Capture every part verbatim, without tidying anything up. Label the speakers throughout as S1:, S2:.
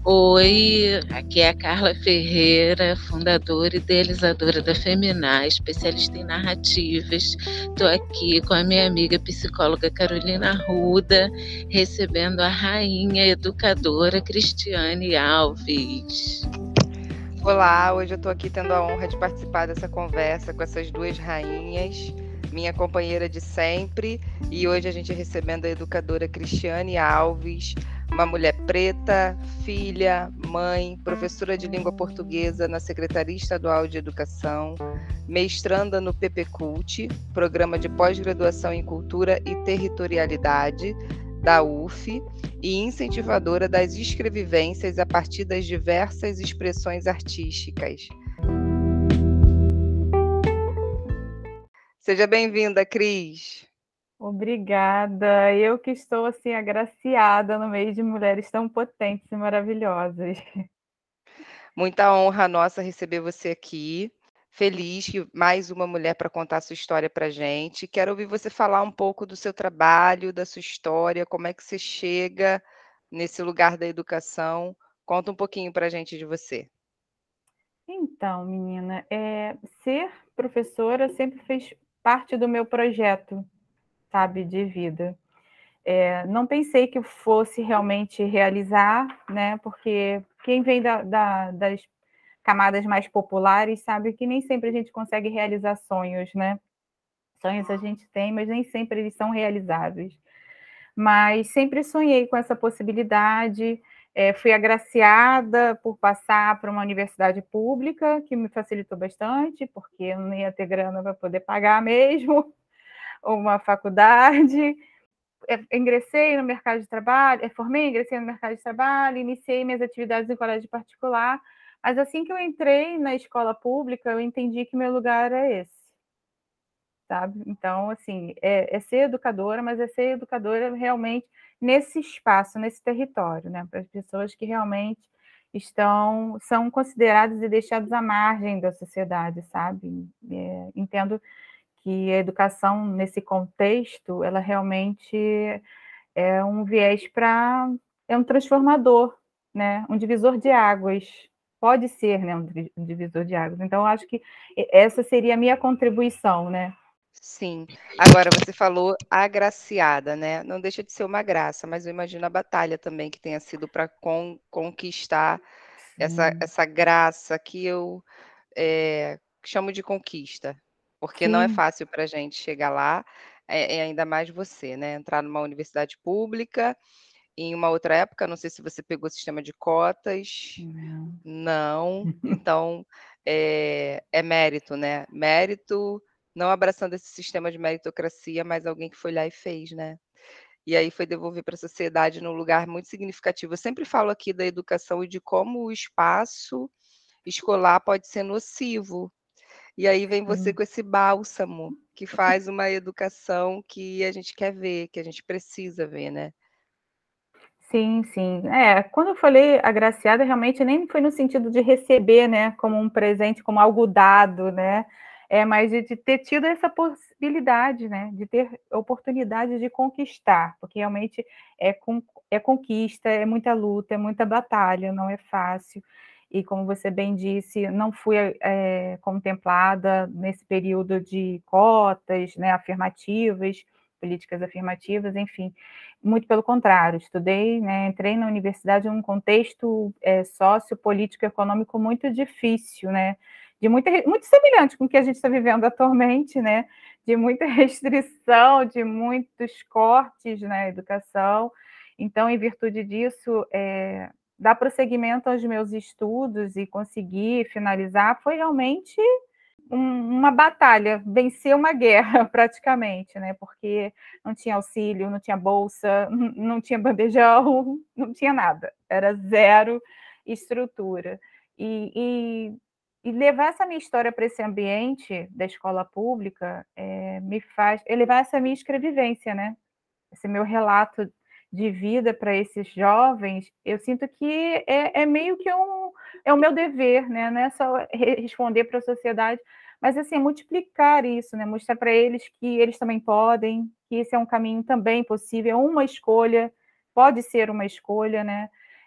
S1: Oi, aqui é a Carla Ferreira, fundadora e idealizadora da Feminar, especialista em narrativas. Estou aqui com a minha amiga psicóloga Carolina Arruda, recebendo a rainha educadora Cristiane Alves.
S2: Olá, hoje eu estou aqui tendo a honra de participar dessa conversa com essas duas rainhas, minha companheira de sempre, e hoje a gente recebendo a educadora Cristiane Alves, uma mulher preta, filha, mãe, professora de língua portuguesa na Secretaria Estadual de Educação, mestranda no P P Cult, Programa de Pós-Graduação em Cultura e Territorialidade, da U F, e incentivadora das escrevivências a partir das diversas expressões artísticas. Seja bem-vinda, Cris.
S3: Obrigada. Eu que estou assim agraciada no meio de mulheres tão potentes e maravilhosas.
S2: Muita honra nossa receber você aqui. Feliz que mais uma mulher para contar a sua história para a gente. Quero ouvir você falar um pouco do seu trabalho, da sua história, como é que você chega nesse lugar da educação. Conta um pouquinho para a gente de você.
S3: Então, menina, é, ser professora sempre fez parte do meu projeto, sabe, de vida. É, não pensei que eu fosse realmente realizar, né? Porque quem vem da, da, das camadas mais populares sabe que nem sempre a gente consegue realizar sonhos, né? Sonhos a gente tem, mas nem sempre eles são realizáveis. Mas sempre sonhei com essa possibilidade, é, fui agraciada por passar para uma universidade pública, que me facilitou bastante, porque eu não ia ter grana para poder pagar mesmo, uma faculdade. É, ingressei no mercado de trabalho, é, formei, ingressei no mercado de trabalho, iniciei minhas atividades em colégio particular, mas assim que eu entrei na escola pública, eu entendi que meu lugar era esse. Sabe? Então, assim, é, é ser educadora, mas é ser educadora realmente nesse espaço, nesse território, né? Para as pessoas que realmente estão, são consideradas e deixadas à margem da sociedade, sabe? É, entendo que a educação, nesse contexto, ela realmente é um viés para... é um transformador, né? Um divisor de águas. Pode ser, né, um divisor de águas. Então, eu acho que essa seria a minha contribuição, né?
S2: Sim. Agora você falou agraciada, né? Não deixa de ser uma graça, mas eu imagino a batalha também que tenha sido para con conquistar essa
S3: Sim.
S2: essa graça que eu, eh, chamo de conquista, porque não é
S3: Sim.
S2: fácil para a gente chegar lá, é é ainda mais você, né, entrar numa universidade pública, em uma outra época, não sei se você pegou o sistema de cotas.
S3: Não.
S2: Não, então, eh, é mérito, né, mérito, não abraçando esse sistema de meritocracia, mas alguém que foi lá e fez, né. E aí foi devolver para a sociedade num lugar muito significativo. Eu sempre falo aqui da educação e de como o espaço escolar pode ser nocivo. E aí vem você
S3: Sim.
S2: com esse bálsamo, que faz uma educação que a gente quer ver, que a gente precisa ver, né.
S3: Sim, sim. É, quando eu falei agraciada, realmente nem foi no sentido de receber, né, como um presente, como algo dado, né, é, mas de de ter tido essa possibilidade, né, de ter oportunidade de conquistar, porque realmente é con é conquista, é muita luta, é muita batalha, não é fácil. E como você bem disse, não fui, eh, contemplada nesse período de cotas, né, afirmativas, políticas afirmativas, enfim. Muito pelo contrário, estudei, né, entrei na universidade em um contexto, eh, sociopolítico econômico muito difícil, né, de muita muito semelhante com o que a gente está vivendo atualmente, né, de muita restrição, de muitos cortes na educação. Então, em virtude disso, eh, dar prosseguimento aos meus estudos e conseguir finalizar foi realmente um uma batalha, vencer uma guerra praticamente, né, porque não tinha auxílio, não tinha bolsa, não não tinha bandejão, não tinha nada, era zero estrutura. E e e levar essa minha história para esse ambiente da escola pública, eh, me faz elevar essa minha escrevivência, né, esse meu relato de vida para esses jovens, eu sinto que é é meio que um é o meu dever, né, não é só re responder para a sociedade, mas, assim, multiplicar isso, né, mostrar para eles que eles também podem, que esse é um caminho também possível, é uma escolha, pode ser uma escolha, né.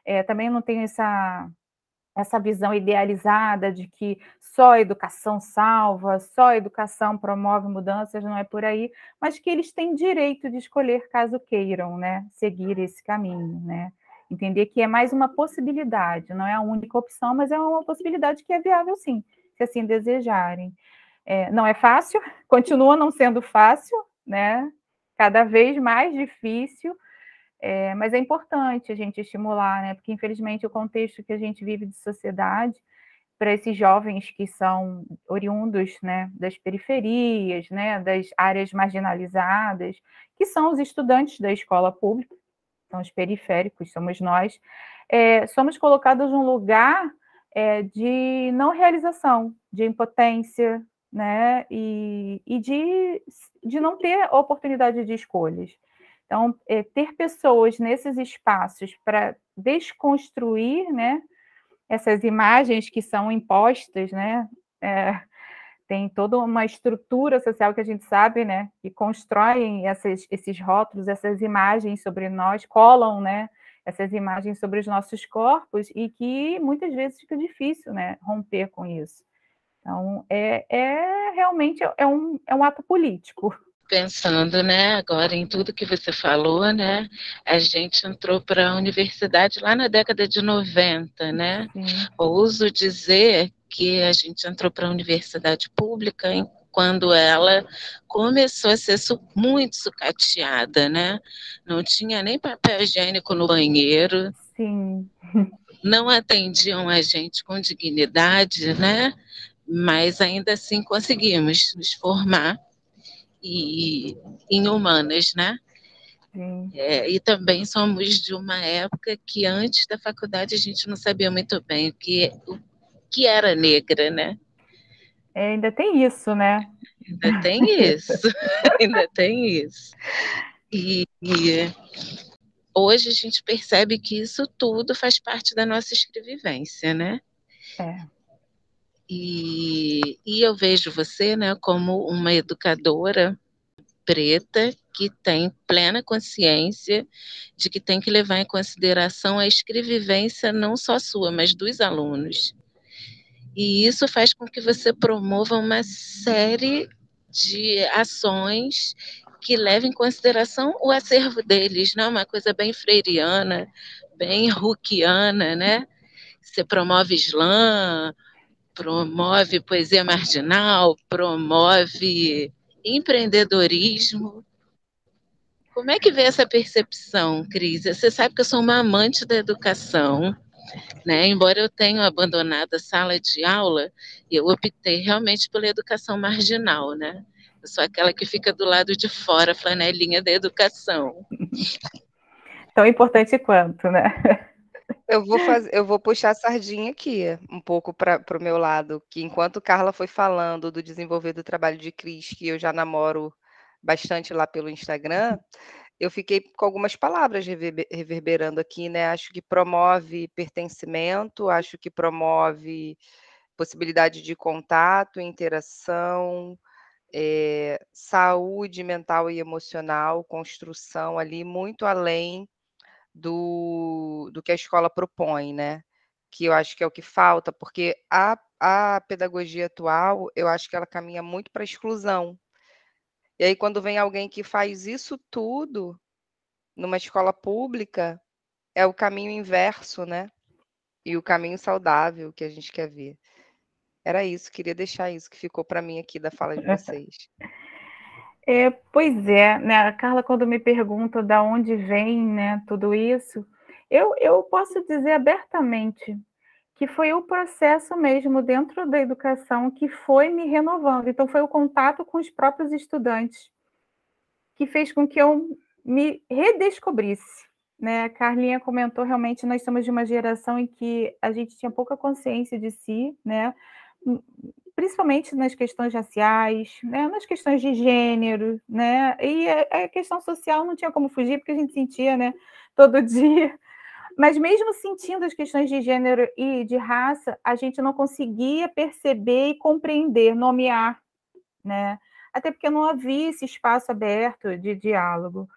S3: é, também não tenho essa, essa visão idealizada de que só a educação salva, só a educação promove mudanças, não é por aí, mas que eles têm direito de escolher caso queiram, né, seguir esse caminho, né? Entender que é mais uma possibilidade, não é a única opção, mas é uma possibilidade que é viável sim, se assim desejarem. É, não é fácil, continua não sendo fácil, né? Cada vez mais difícil, é, mas é importante a gente estimular, né? Porque, infelizmente, o contexto que a gente vive de sociedade, para esses jovens que são oriundos, né, das periferias, né, das áreas marginalizadas, que são os estudantes da escola pública, são os periféricos, somos nós, é, somos colocados num lugar é, de não realização, de impotência, né, e, e de, de não ter oportunidade de escolhas. Então, é, ter pessoas nesses espaços para desconstruir, né, essas imagens que são impostas, né, é, tem toda uma estrutura social que a gente sabe, né, que constroem essas, esses rótulos, essas imagens sobre nós, colam, né, essas imagens sobre os nossos corpos e que muitas vezes fica difícil, né, romper com isso. Então, é, é realmente é um, é um ato político.
S1: Pensando, né, agora em tudo que você falou, né, a gente entrou para a universidade lá na década de noventa, né? Sim. Ouso dizer que a gente entrou para a universidade pública em, quando ela começou a ser su, muito sucateada, né? Não tinha nem papel higiênico no banheiro.
S3: Sim.
S1: Não atendiam a gente com dignidade, né? Mas ainda assim conseguimos nos formar e em humanas, né? É, e também somos de uma época que antes da faculdade a gente não sabia muito bem o que, o que era negra, né?
S3: É, ainda tem isso, né?
S1: Ainda tem isso, ainda tem isso. E, e hoje a gente percebe que isso tudo faz parte da nossa escrevivência, né?
S3: É.
S1: E, e eu vejo você, né, como uma educadora preta que tem plena consciência de que tem que levar em consideração a escrevivência não só sua, mas dos alunos. E isso faz com que você promova uma série de ações que levem em consideração o acervo deles, né? Uma coisa bem freiriana, bem huckiana, né? Você promove slam, promove poesia marginal, promove empreendedorismo. Como é que vê essa percepção, Cris? Você sabe que eu sou uma amante da educação, né? Embora eu tenha abandonado a sala de aula, eu optei realmente pela educação marginal, né? Eu sou aquela que fica do lado de fora, flanelinha da educação.
S3: Tão importante quanto, né?
S2: Eu vou fazer, eu vou puxar a sardinha aqui, um pouco para o meu lado, que enquanto Carla foi falando do desenvolver do trabalho de Cris, que eu já namoro bastante lá pelo Instagram, eu fiquei com algumas palavras reverberando aqui, né? Acho que promove pertencimento, acho que promove possibilidade de contato, interação, é, saúde mental e emocional, construção ali muito além do, do que a escola propõe, né? Que eu acho que é o que falta, porque a, a pedagogia atual, eu acho que ela caminha muito para a exclusão. E aí, quando vem alguém que faz isso tudo numa escola pública, é o caminho inverso, né? E o caminho saudável que a gente quer ver. Era isso, queria deixar isso que ficou para mim aqui da fala de vocês.
S3: É, pois é, né? A Carla, quando me pergunta de onde vem, né, tudo isso, eu, eu posso dizer abertamente que foi o processo mesmo dentro da educação que foi me renovando. Então, foi o contato com os próprios estudantes que fez com que eu me redescobrisse. Né? A Carlinha comentou, realmente, nós somos de uma geração em que a gente tinha pouca consciência de si, né? Principalmente nas questões raciais, né? Nas questões de gênero, né? E a questão social não tinha como fugir, porque a gente sentia, né, todo dia. Mas mesmo sentindo as questões de gênero e de raça, a gente não conseguia perceber e compreender, nomear, né? Até porque não havia esse espaço aberto de diálogo.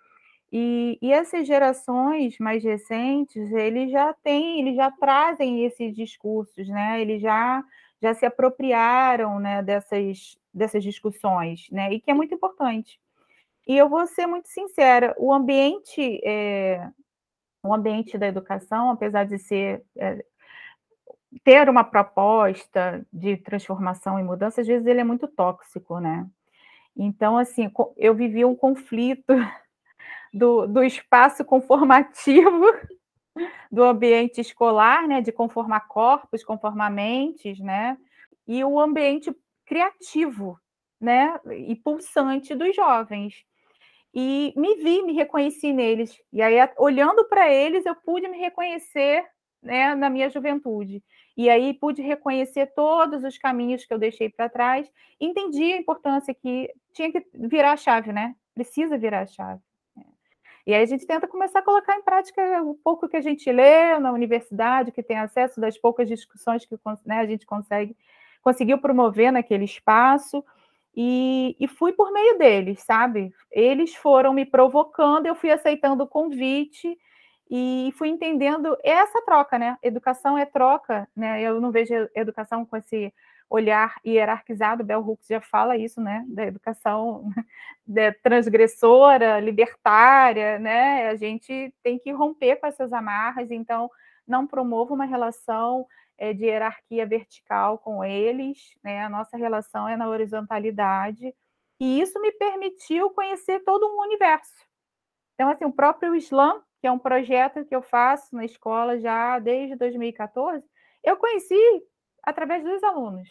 S3: E, e essas gerações mais recentes, eles já têm, eles já trazem esses discursos, né? Eles já, já se apropriaram, né, dessas, dessas discussões, né? E que é muito importante. E eu vou ser muito sincera, o ambiente, é, o ambiente da educação, apesar de ser é, ter uma proposta de transformação e mudança, às vezes ele é muito tóxico, né? Então, assim, eu vivi um conflito do, do espaço conformativo do ambiente escolar, né, de conformar corpos, conformar mentes, né, e o ambiente criativo, né, e pulsante dos jovens. E me vi, me reconheci neles. E aí, olhando para eles, eu pude me reconhecer, né, na minha juventude. E aí pude reconhecer todos os caminhos que eu deixei para trás. Entendi a importância que tinha que virar a chave, né? Precisa virar a chave. E aí a gente tenta começar a colocar em prática o pouco que a gente lê na universidade, que tem acesso das poucas discussões que, né, a gente consegue, conseguiu promover naquele espaço, e, e fui por meio deles, sabe? Eles foram me provocando, eu fui aceitando o convite e fui entendendo essa troca, né? Educação é troca, né? Eu não vejo educação com esse olhar hierarquizado, Bell Hooks já fala isso, né? Da educação transgressora, libertária, né? A gente tem que romper com essas amarras, então não promovo uma relação é, de hierarquia vertical com eles, né? A nossa relação é na horizontalidade, e isso me permitiu conhecer todo um universo. Então, assim, o próprio Islã, que é um projeto que eu faço na escola já desde dois mil e quatorze, eu conheci através dos alunos.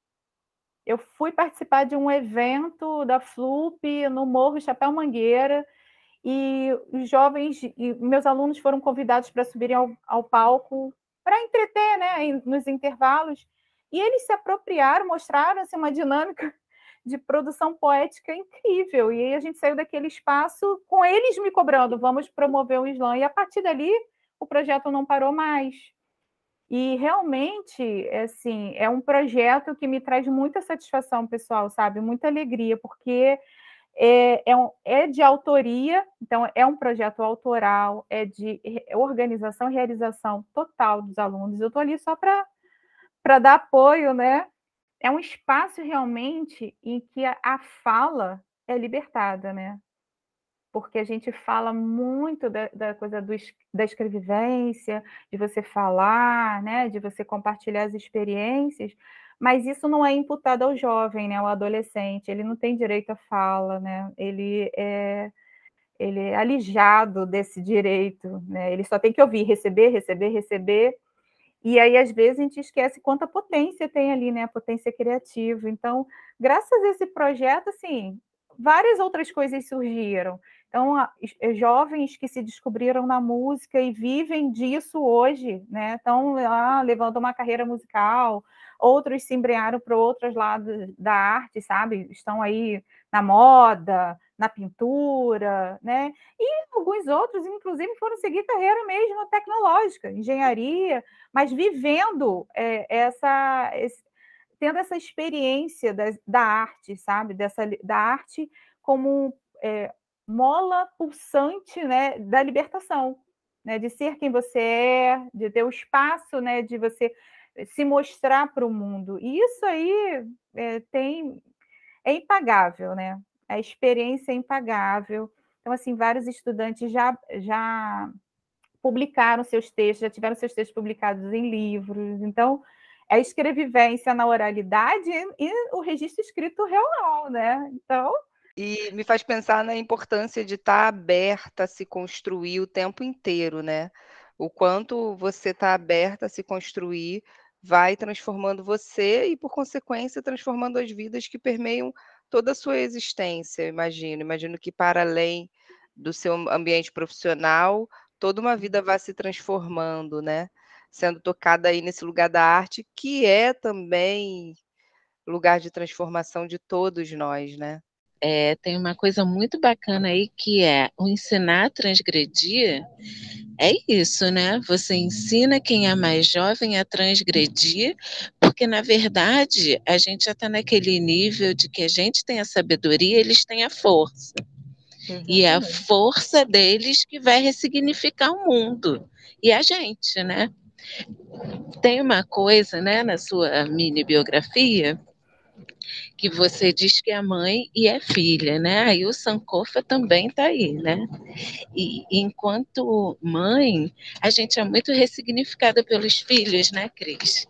S3: Eu fui participar de um evento da F L U P no Morro Chapéu Mangueira, e os jovens, e meus alunos foram convidados para subirem ao, ao palco para entreter, né, nos intervalos, e eles se apropriaram, mostraram assim, uma dinâmica de produção poética incrível, e aí a gente saiu daquele espaço com eles me cobrando, vamos promover o Islã, e a partir dali o projeto não parou mais. E realmente, assim, é um projeto que me traz muita satisfação pessoal, sabe? Muita alegria, porque é, é, um, é de autoria, então é um projeto autoral, é de organização e realização total dos alunos. Eu estou ali só para dar apoio, né? É um espaço realmente em que a, a fala é libertada, né? Porque a gente fala muito da, da coisa do, da escrevivência, de você falar, né, de você compartilhar as experiências, mas isso não é imputado ao jovem, né, ao adolescente, ele não tem direito à fala, né, ele é, ele é alijado desse direito, né, ele só tem que ouvir, receber, receber, receber, e aí às vezes a gente esquece quanta potência tem ali, né, a potência criativa. Então, graças a esse projeto, assim, várias outras coisas surgiram. Então, jovens que se descobriram na música e vivem disso hoje, né? Estão lá levando uma carreira musical, outros se embrenharam para outros lados da arte, sabe? Estão aí na moda, na pintura, né? E alguns outros, inclusive, foram seguir carreira mesmo tecnológica, engenharia, mas vivendo é, essa... Esse, tendo essa experiência da, da arte, sabe? Dessa, da arte como é, mola pulsante, né, da libertação, né, de ser quem você é, de ter o espaço, né, de você se mostrar para o mundo. E isso aí é, tem, é impagável, né? A experiência é impagável. Então, assim, vários estudantes já, já publicaram seus textos, já tiveram seus textos publicados em livros. Então, é a escrevivência na oralidade e o registro escrito real, né? Então...
S2: E me faz pensar na importância de estar aberta a se construir o tempo inteiro, né? O quanto você está aberta a se construir vai transformando você e, por consequência, transformando as vidas que permeiam toda a sua existência, eu imagino. Imagino que, para além do seu ambiente profissional, toda uma vida vai se transformando, né? Sendo tocada aí nesse lugar da arte, que é também lugar de transformação de todos nós, né?
S1: É, tem uma coisa muito bacana aí que é o ensinar a transgredir. É isso, né? Você ensina quem é mais jovem a transgredir, porque, na verdade, a gente já está naquele nível de que a gente tem a sabedoria, eles têm a força. E é a
S3: Exatamente.
S1: força deles que vai ressignificar o mundo. E a gente, né? Tem uma coisa, né, na sua mini biografia, que você diz que é mãe e é filha, né? Aí o Sankofa também está aí, né? E enquanto mãe, a gente é muito ressignificada pelos filhos, né, Cris?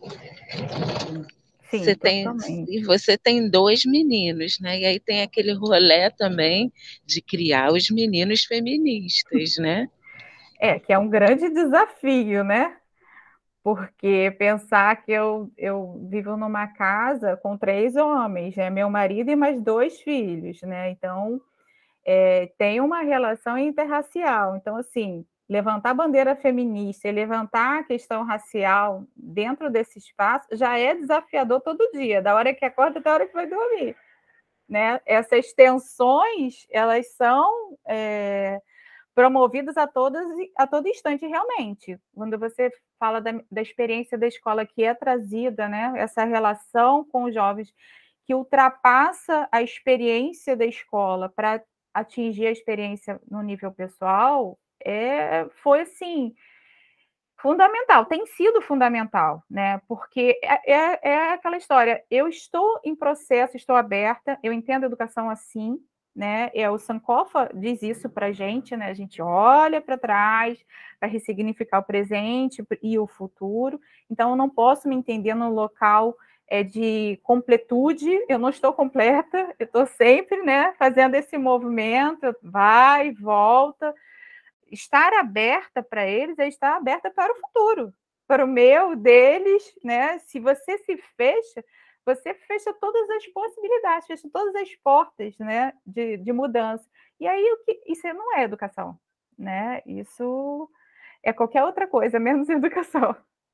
S3: Sim,
S1: Você tem, e
S3: totalmente.
S1: você tem dois meninos, né? E aí tem aquele rolê também de criar os meninos feministas, né?
S3: É, que é um grande desafio, né? Porque pensar que eu, eu vivo numa casa com três homens, né? Meu marido e mais dois filhos, né? Então, é, tem uma relação interracial. Então, assim, levantar a bandeira feminista e levantar a questão racial dentro desse espaço já é desafiador todo dia, da hora que acorda até a hora que vai dormir, né? Essas tensões, elas são é, promovidas a, todas, a todo instante, realmente. Quando você fala da, da experiência da escola que é trazida, né? Essa relação com os jovens que ultrapassa a experiência da escola para atingir a experiência no nível pessoal, é, foi assim fundamental, tem sido fundamental, né? Porque é, é, é aquela história. Eu estou em processo, estou aberta, eu entendo a educação assim, né? É, o Sankofa diz isso para a gente, né? A gente olha para trás para ressignificar o presente e o futuro. Então, eu não posso me entender no local é, de completude. Eu não estou completa. Eu estou sempre, né? Fazendo esse movimento, vai, volta. Estar aberta para eles é estar aberta para o futuro, para o meu, deles, né? Se você se fecha, você fecha todas as possibilidades, fecha todas as portas, né, de, de mudança. E aí o que isso não é educação, né? Isso é qualquer outra coisa, menos educação.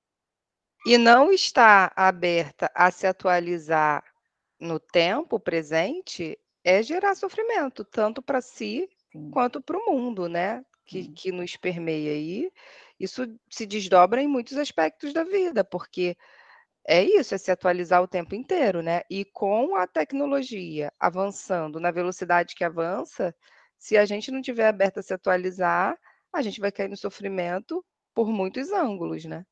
S2: E não estar aberta a se atualizar no tempo presente é gerar sofrimento, tanto para si
S3: Sim,
S2: quanto para o mundo, né, que
S3: sim.
S2: que nos permeia aí. Isso se desdobra em muitos aspectos da vida, porque é isso, é se atualizar o tempo inteiro, né. E com a tecnologia avançando na velocidade que avança, se a gente não tiver aberto a se atualizar, a gente vai cair no sofrimento por muitos ângulos, né.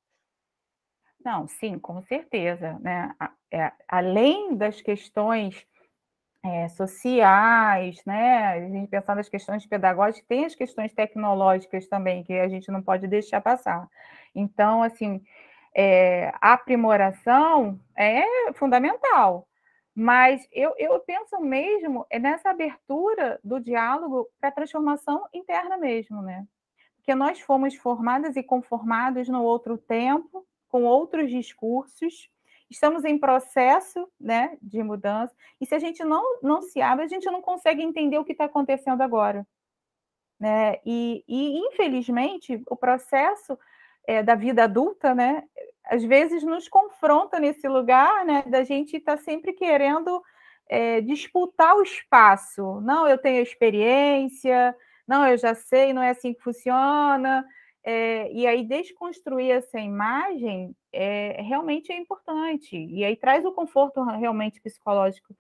S3: Não, sim, com certeza, né? A- é, além das questões é, sociais, né? A gente pensar nas questões pedagógicas, tem as questões tecnológicas também, que a gente não pode deixar passar. Então, assim, é, a aprimoração é fundamental, mas eu, eu penso mesmo é nessa abertura do diálogo para a transformação interna mesmo, né? Porque nós fomos formadas e conformados no outro tempo, com outros discursos, estamos em processo, né, de mudança, e se a gente não, não se abre, a gente não consegue entender o que está acontecendo agora. Né? E, e, infelizmente, o processo é, da vida adulta, né, às vezes nos confronta nesse lugar, né, da gente estar tá sempre querendo é, disputar o espaço. Não, eu tenho experiência, não, eu já sei, não é assim que funciona. É, e aí, desconstruir essa imagem é, realmente é importante. E aí traz o conforto realmente psicológico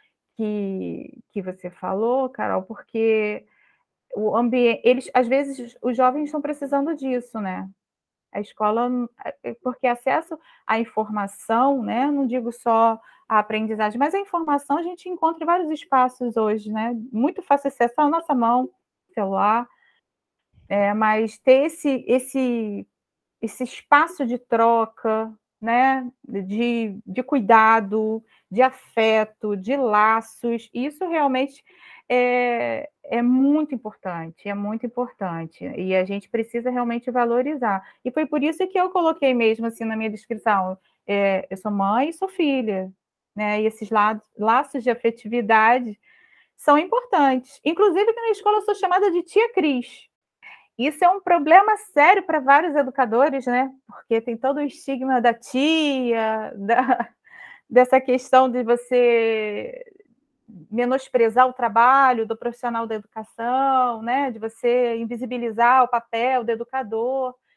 S3: que, que você falou, Carol, porque o ambiente, eles, às vezes, os jovens estão precisando disso, né? A escola, porque acesso à informação, né? Não digo só a aprendizagem, mas a informação a gente encontra em vários espaços hoje, né? Muito fácil acesso à nossa mão, celular, é, mas ter esse, esse, esse espaço de troca, né? De, de cuidado, de afeto, de laços, isso realmente é, é muito importante, é muito importante, e a gente precisa realmente valorizar. E foi por isso que eu coloquei mesmo assim na minha descrição, é, eu sou mãe e sou filha, né? E esses la laços de afetividade são importantes. Inclusive, que na escola eu sou chamada de tia Cris. Isso é um problema sério para vários educadores, né? Porque tem todo o estigma da tia, da, dessa questão de você menosprezar o trabalho do profissional da educação, né? De você invisibilizar o papel do educador.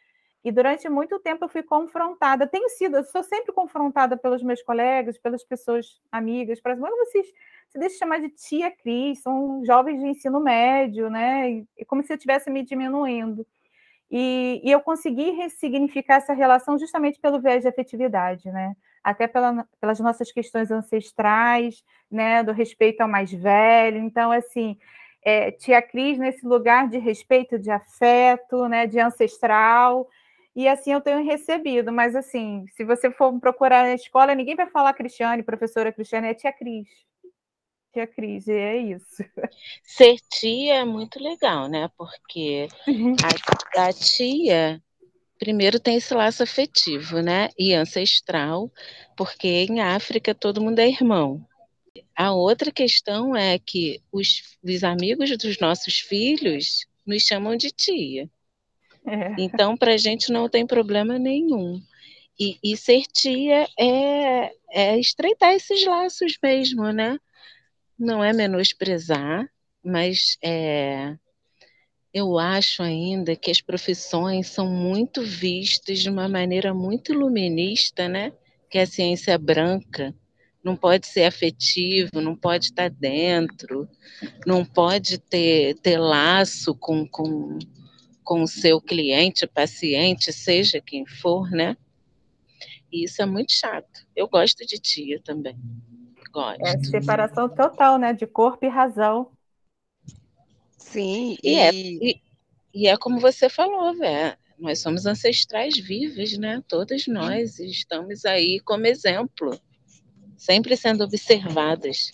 S3: E durante muito tempo eu fui confrontada, tenho sido, eu sou sempre confrontada pelos meus colegas, pelas pessoas amigas, para vocês se deixam chamar de tia Cris, são jovens de ensino médio, né? E como se eu estivesse me diminuindo. E, e eu consegui ressignificar essa relação justamente pelo viés de afetividade, né? Até pela, pelas nossas questões ancestrais, né? Do respeito ao mais velho. Então, assim, é, tia Cris nesse lugar de respeito, de afeto, né? De ancestral. E assim eu tenho recebido, mas assim, se você for procurar na escola, ninguém vai falar Cristiane, professora Cristiane, é tia Cris. Tia Cris, e é isso.
S1: Ser tia é muito legal, né? Porque a, a tia, primeiro, tem esse laço afetivo, né? E ancestral, porque em África todo mundo é irmão. A outra questão é que os, os amigos dos nossos filhos nos chamam de tia.
S3: É.
S1: Então, para a gente não tem problema nenhum. E, e ser tia é, é estreitar esses laços mesmo, né? Não é menosprezar, mas é, eu acho ainda que as profissões são muito vistas de uma maneira muito iluminista, né? Que é a ciência branca. Não pode ser afetivo, não pode estar dentro, não pode ter, ter laço com, com, com o seu cliente, paciente, seja quem for, né? E isso é muito chato. Eu gosto de tia também. Gosto.
S3: É separação total, né? De corpo e razão.
S2: Sim,
S1: e... E, é,
S2: e...
S1: e, e é como você falou, velho. Nós somos ancestrais vivos, né? Todas nós estamos aí como exemplo, sempre sendo observadas.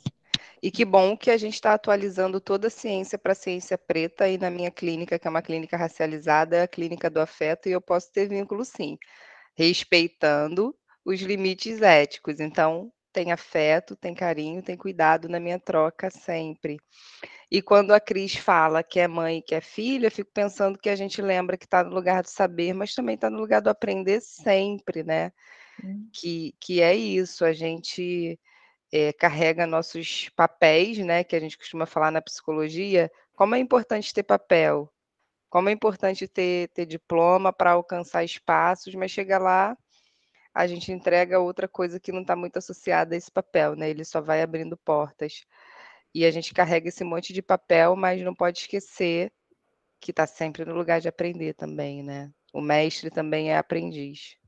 S2: E que bom que a gente está atualizando toda a ciência para a ciência preta, e na minha clínica, que é uma clínica racializada, é a clínica do afeto, e eu posso ter vínculo sim, respeitando os limites éticos. Então, tem afeto, tem carinho, tem cuidado na minha troca sempre. E quando a Cris fala que é mãe e que é filha, eu fico pensando que a gente lembra que está no lugar do saber, mas também está no lugar do aprender sempre, né?
S3: Hum.
S2: Que, que é isso, a gente é, carrega nossos papéis, né? Que a gente costuma falar na psicologia. Como é importante ter papel, como é importante ter, ter diploma para alcançar espaços, mas chega lá, a gente entrega outra coisa que não está muito associada a esse papel, né? Ele só vai abrindo portas. E a gente carrega esse monte de papel, mas não pode esquecer que está sempre no lugar de aprender também, né? O mestre também é aprendiz.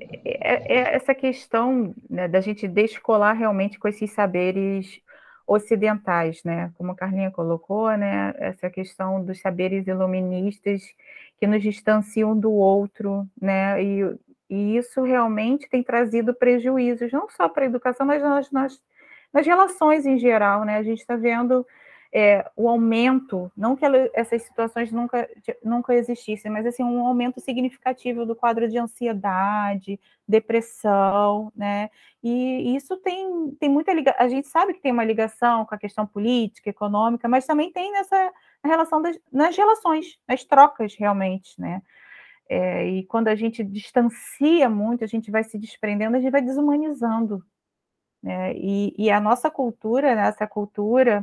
S3: É, é essa questão, né, da gente descolar realmente com esses saberes ocidentais, né? Como a Carlinha colocou, né? Essa questão dos saberes iluministas que nos distanciam do outro, né? E, e isso realmente tem trazido prejuízos, não só para a educação, mas nas, nas, nas relações em geral, né? A gente está vendo é, o aumento, não que ela, essas situações nunca, nunca existissem, mas assim, um aumento significativo do quadro de ansiedade, depressão, né? E isso tem, tem muita ligação, a gente sabe que tem uma ligação com a questão política, econômica, mas também tem nessa relação das, nas relações, nas trocas realmente, né? É, e quando a gente distancia muito, a gente vai se desprendendo, a gente vai desumanizando, né? E, e a nossa cultura, né, essa cultura,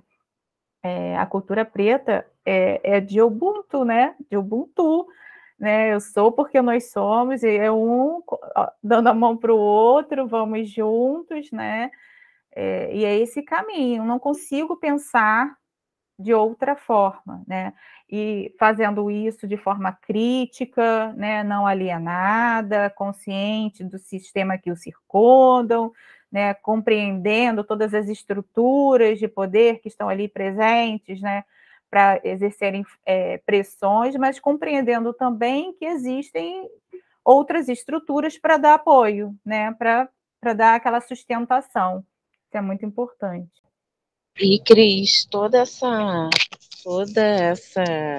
S3: é, a cultura preta é, é de Ubuntu, né? De Ubuntu, né? Eu sou porque nós somos, e é um dando a mão para o outro, vamos juntos, né? É, e é esse caminho. Não consigo pensar de outra forma, né? E fazendo isso de forma crítica, né? Não alienada, consciente do sistema que o circundam, né? Compreendendo todas as estruturas de poder que estão ali presentes, né? Para exercerem é, pressões, mas compreendendo também que existem outras estruturas para dar apoio, né? Para para dar aquela sustentação. Isso é muito importante.
S1: E Cris, toda essa, toda essa,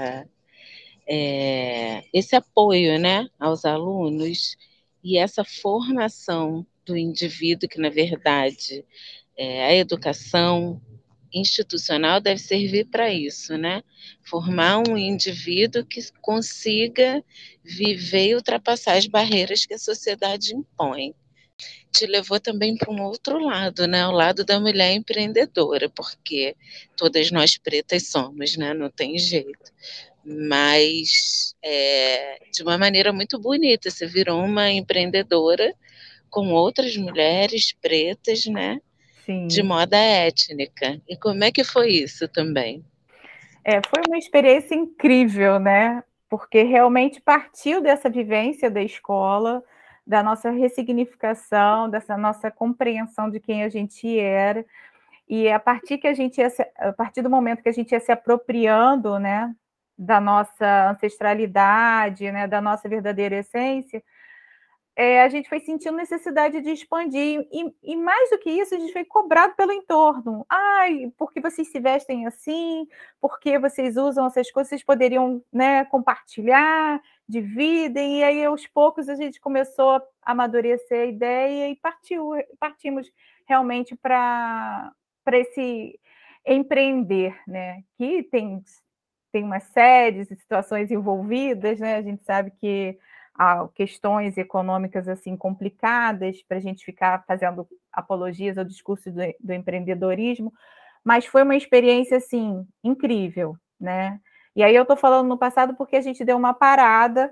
S1: é, esse apoio, né, aos alunos e essa formação do indivíduo, que na verdade é, a educação institucional deve servir para isso, né? Formar um indivíduo que consiga viver e ultrapassar as barreiras que a sociedade impõe. Te levou também para um outro lado, né? O lado da mulher empreendedora, porque todas nós pretas somos, né? Não tem jeito. Mas é, de uma maneira muito bonita. Você virou uma empreendedora com outras mulheres pretas, né?
S3: Sim.
S1: De moda étnica. E como é que foi isso também?
S3: É, foi uma experiência incrível, né? Porque realmente partiu dessa vivência da escola, da nossa ressignificação, dessa nossa compreensão de quem a gente era. E a partir que a gente ia se, a partir do momento que a gente ia se apropriando, né, da nossa ancestralidade, né, da nossa verdadeira essência, é, a gente foi sentindo necessidade de expandir, e, e mais do que isso, a gente foi cobrado pelo entorno. Ai, por que vocês se vestem assim? Por que vocês usam essas coisas? Vocês poderiam, né, compartilhar, dividem, e aí aos poucos a gente começou a amadurecer a ideia e partiu, partimos realmente para para esse empreender, né? Que tem, tem uma série de situações envolvidas, né? A gente sabe que a questões econômicas assim complicadas para a gente ficar fazendo apologias ao discurso do, do empreendedorismo, mas foi uma experiência assim incrível, né? E aí eu estou falando no passado porque a gente deu uma parada,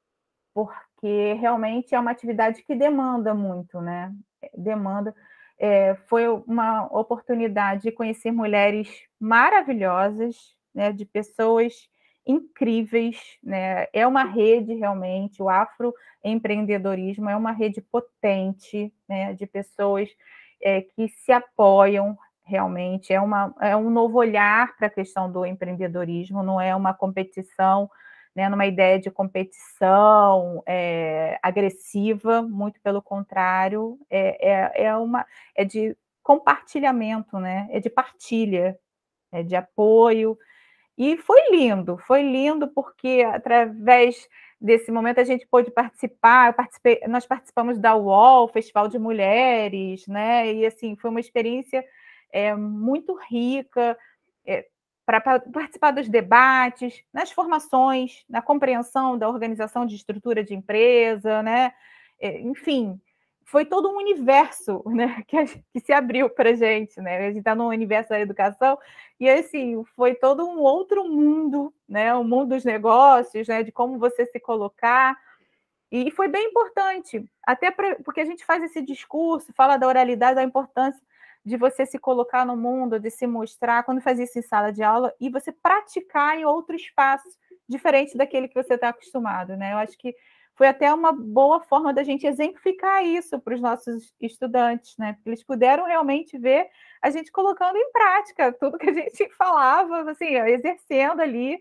S3: porque realmente é uma atividade que demanda muito, né? Demanda. É, foi uma oportunidade de conhecer mulheres maravilhosas, né? De pessoas incríveis, né? É uma rede realmente, o afroempreendedorismo é uma rede potente, né? De pessoas é, que se apoiam realmente, é, uma, é um novo olhar para a questão do empreendedorismo, não é uma competição, né, numa ideia de competição é, agressiva, muito pelo contrário, é, é, é, uma, é de compartilhamento, né? É de partilha, é de apoio. E foi lindo, foi lindo porque através desse momento a gente pôde participar, eu participei, nós participamos da U O L, Festival de Mulheres, né? E assim, foi uma experiência é, muito rica, é, para participar dos debates, nas formações, na compreensão da organização de estrutura de empresa, né? É, enfim, foi todo um universo, né, que, a, que se abriu para a gente, né? A gente está no universo da educação e assim foi todo um outro mundo, né? O mundo dos negócios, né? De como você se colocar. E foi bem importante, até pra, porque a gente faz esse discurso, fala da oralidade, da importância de você se colocar no mundo, de se mostrar, quando faz isso em sala de aula, e você praticar em outro espaço, diferente daquele que você está acostumado, né? Eu acho que foi até uma boa forma da gente exemplificar isso para os nossos estudantes, né? Porque eles puderam realmente ver a gente colocando em prática tudo que a gente falava, assim, exercendo ali,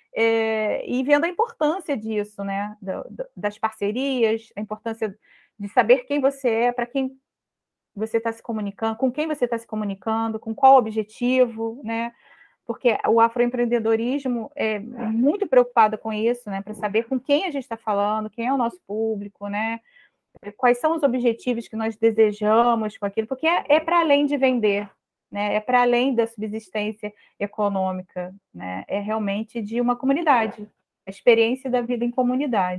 S3: é, e vendo a importância disso, né? Do, do, das parcerias, a importância de saber quem você é, para quem você está se comunicando, com quem você está se comunicando, com qual objetivo, né? Porque o afroempreendedorismo é muito preocupado com isso, né? Para saber com quem a gente está falando, quem é o nosso público, né? Quais são os objetivos que nós desejamos com aquilo, porque é, é para além de vender, né? É para além da subsistência econômica, né? É realmente de uma comunidade, a experiência da vida em comunidade.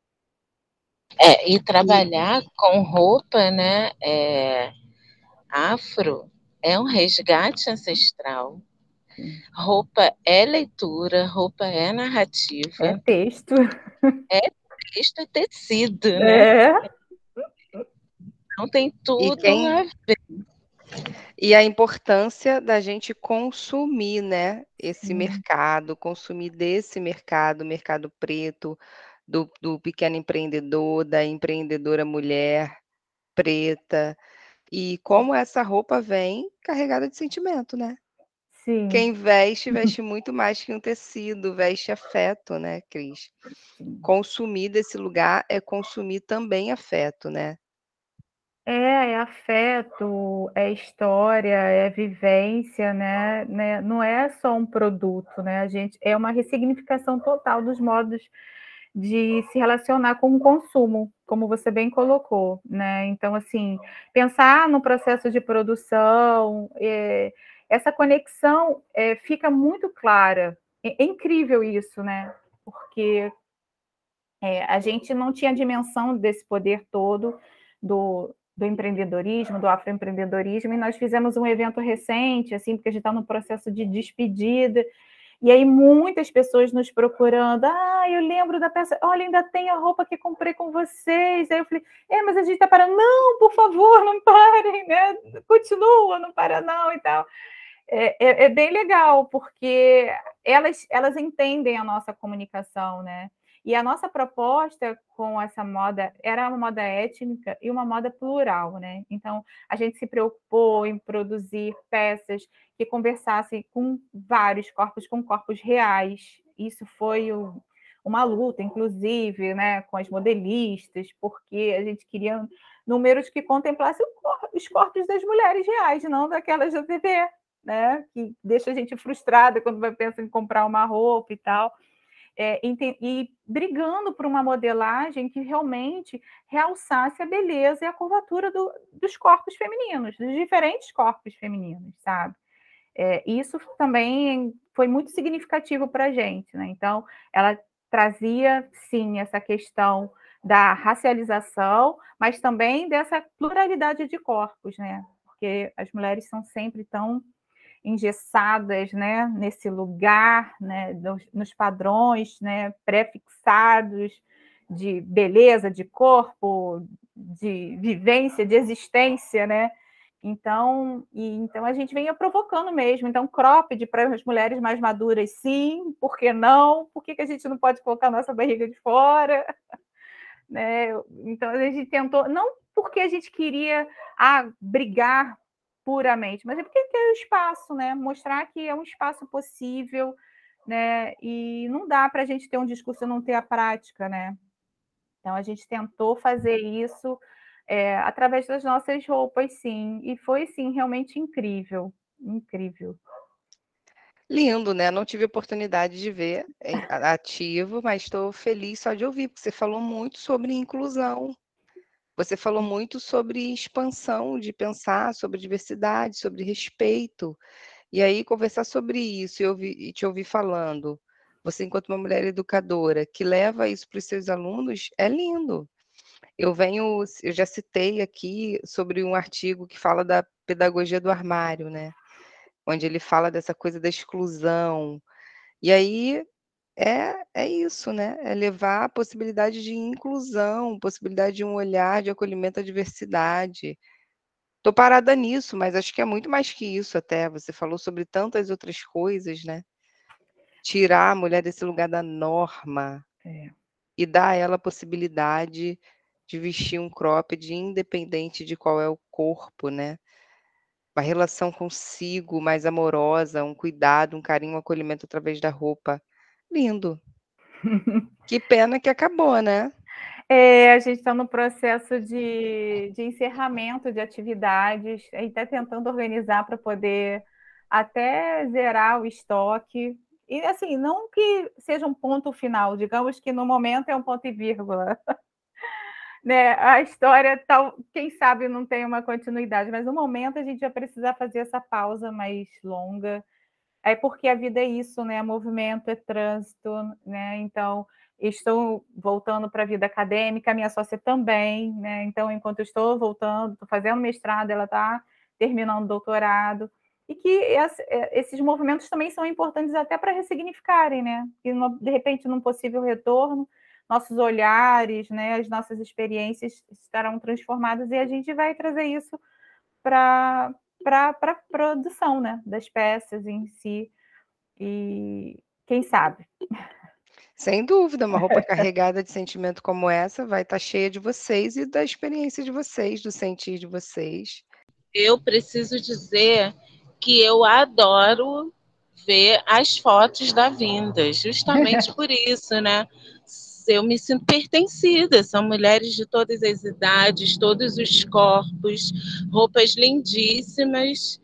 S1: É, e trabalhar com roupa, né, é, afro, é um resgate ancestral.
S3: Sim.
S1: Roupa é leitura, roupa é narrativa.
S3: É texto.
S1: É texto, é tecido,
S3: é.
S1: né? Então tem tudo
S2: quem...
S1: a ver.
S2: E a importância da gente consumir, né, esse
S3: Sim.
S2: mercado, consumir desse mercado, mercado preto, do, do pequeno empreendedor, da empreendedora mulher preta, e como essa roupa vem carregada de sentimento, né?
S3: Sim.
S2: Quem veste, veste muito mais que um tecido, veste afeto, né, Cris?
S3: Sim.
S2: Consumir desse lugar é consumir também afeto, né?
S3: É, é afeto, é história, é vivência, né? né? Não é só um produto, né? A gente é uma ressignificação total dos modos de se relacionar com o consumo, como você bem colocou, né? Então, assim, pensar no processo de produção, é, essa conexão é, fica muito clara. É, é incrível isso, né? Porque é, a gente não tinha dimensão desse poder todo do, do empreendedorismo, do afroempreendedorismo, e nós fizemos um evento recente, assim, porque a gente está no processo de despedida, E aí muitas pessoas nos procurando, ah, eu lembro da peça, olha, ainda tem a roupa que comprei com vocês. Aí eu falei, é, mas a gente está parando. Não, por favor, não parem, né? Continua, não para não e tal. É, é, é bem legal, porque elas, elas entendem a nossa comunicação, né? E a nossa proposta com essa moda era uma moda étnica e uma moda plural, né? Então, a gente se preocupou em produzir peças que conversassem com vários corpos, com corpos reais. Isso foi o, uma luta, inclusive, né, com as modelistas, porque a gente queria números que contemplassem os corpos das mulheres reais, não daquelas da T V, né? Que deixa a gente frustrada quando vai pensar em comprar uma roupa e tal. É, e, e brigando por uma modelagem que realmente realçasse a beleza e a curvatura do, dos corpos femininos, dos diferentes corpos femininos, sabe? É, isso também foi muito significativo para a gente, né? Então, ela trazia, sim, essa questão da racialização, mas também dessa pluralidade de corpos, né? Porque as mulheres são sempre tão engessadas, né, nesse lugar, né, nos, nos padrões, né, pré-fixados de beleza, de corpo, de vivência, de existência, né? Então, e, então a gente vinha provocando mesmo. Então, cropped para as mulheres mais maduras, sim, por que não? Por que, que a gente não pode colocar nossa barriga de fora? Né? Então, a gente tentou, não porque a gente queria ah, brigar puramente, mas é porque tem o espaço, né? Mostrar que é um espaço possível, né? E não dá para a gente ter um discurso e não ter a prática, né? Então a gente tentou fazer isso é, através das nossas roupas, sim, e foi sim realmente incrível, incrível.
S2: Lindo, né? Não tive oportunidade de ver ativo, mas estou feliz só de ouvir, porque você falou muito sobre inclusão. Você falou muito sobre expansão, de pensar sobre diversidade, sobre respeito. E aí, conversar sobre isso e, ouvir, e te ouvir falando, você, enquanto uma mulher educadora, que leva isso para os seus alunos, é lindo. Eu venho, eu já citei aqui sobre um artigo que fala da pedagogia do armário, né? Onde ele fala dessa coisa da exclusão. E aí é, é isso, né? É levar a possibilidade de inclusão, possibilidade de um olhar de acolhimento à diversidade. Estou parada nisso, mas acho que é muito mais que isso até. Você falou sobre tantas outras coisas, né? Tirar a mulher desse lugar da norma
S3: É.
S2: e dar a ela a possibilidade de vestir um cropped independente de qual é o corpo, né? Uma relação consigo mais amorosa, um cuidado, um carinho, um acolhimento através da roupa. Lindo. Que pena que acabou, né?
S3: É, a gente está no processo de, de encerramento de atividades, a gente está tentando organizar para poder até zerar o estoque. E assim, não que seja um ponto final, digamos que no momento é um ponto e vírgula. Né? A história, tal, quem sabe, não tem uma continuidade, mas no momento a gente vai precisar fazer essa pausa mais longa. É porque a vida é isso, né? Movimento, é trânsito, né? Então, estou voltando para a vida acadêmica, a minha sócia também, né? Então, enquanto eu estou voltando, estou fazendo mestrado, ela está terminando o doutorado, e que esses movimentos também são importantes até para ressignificarem, né? E, de repente, num possível retorno, nossos olhares, né, as nossas experiências estarão transformadas e a gente vai trazer isso para para a produção, né, das peças em si, e quem sabe.
S2: Sem dúvida, uma roupa carregada de sentimento como essa vai estar cheia de vocês e da experiência de vocês, do sentir de vocês.
S1: Eu preciso dizer que eu adoro ver as fotos da vinda, justamente por isso, né? Eu me sinto pertencida, são mulheres de todas as idades, todos os corpos, roupas lindíssimas,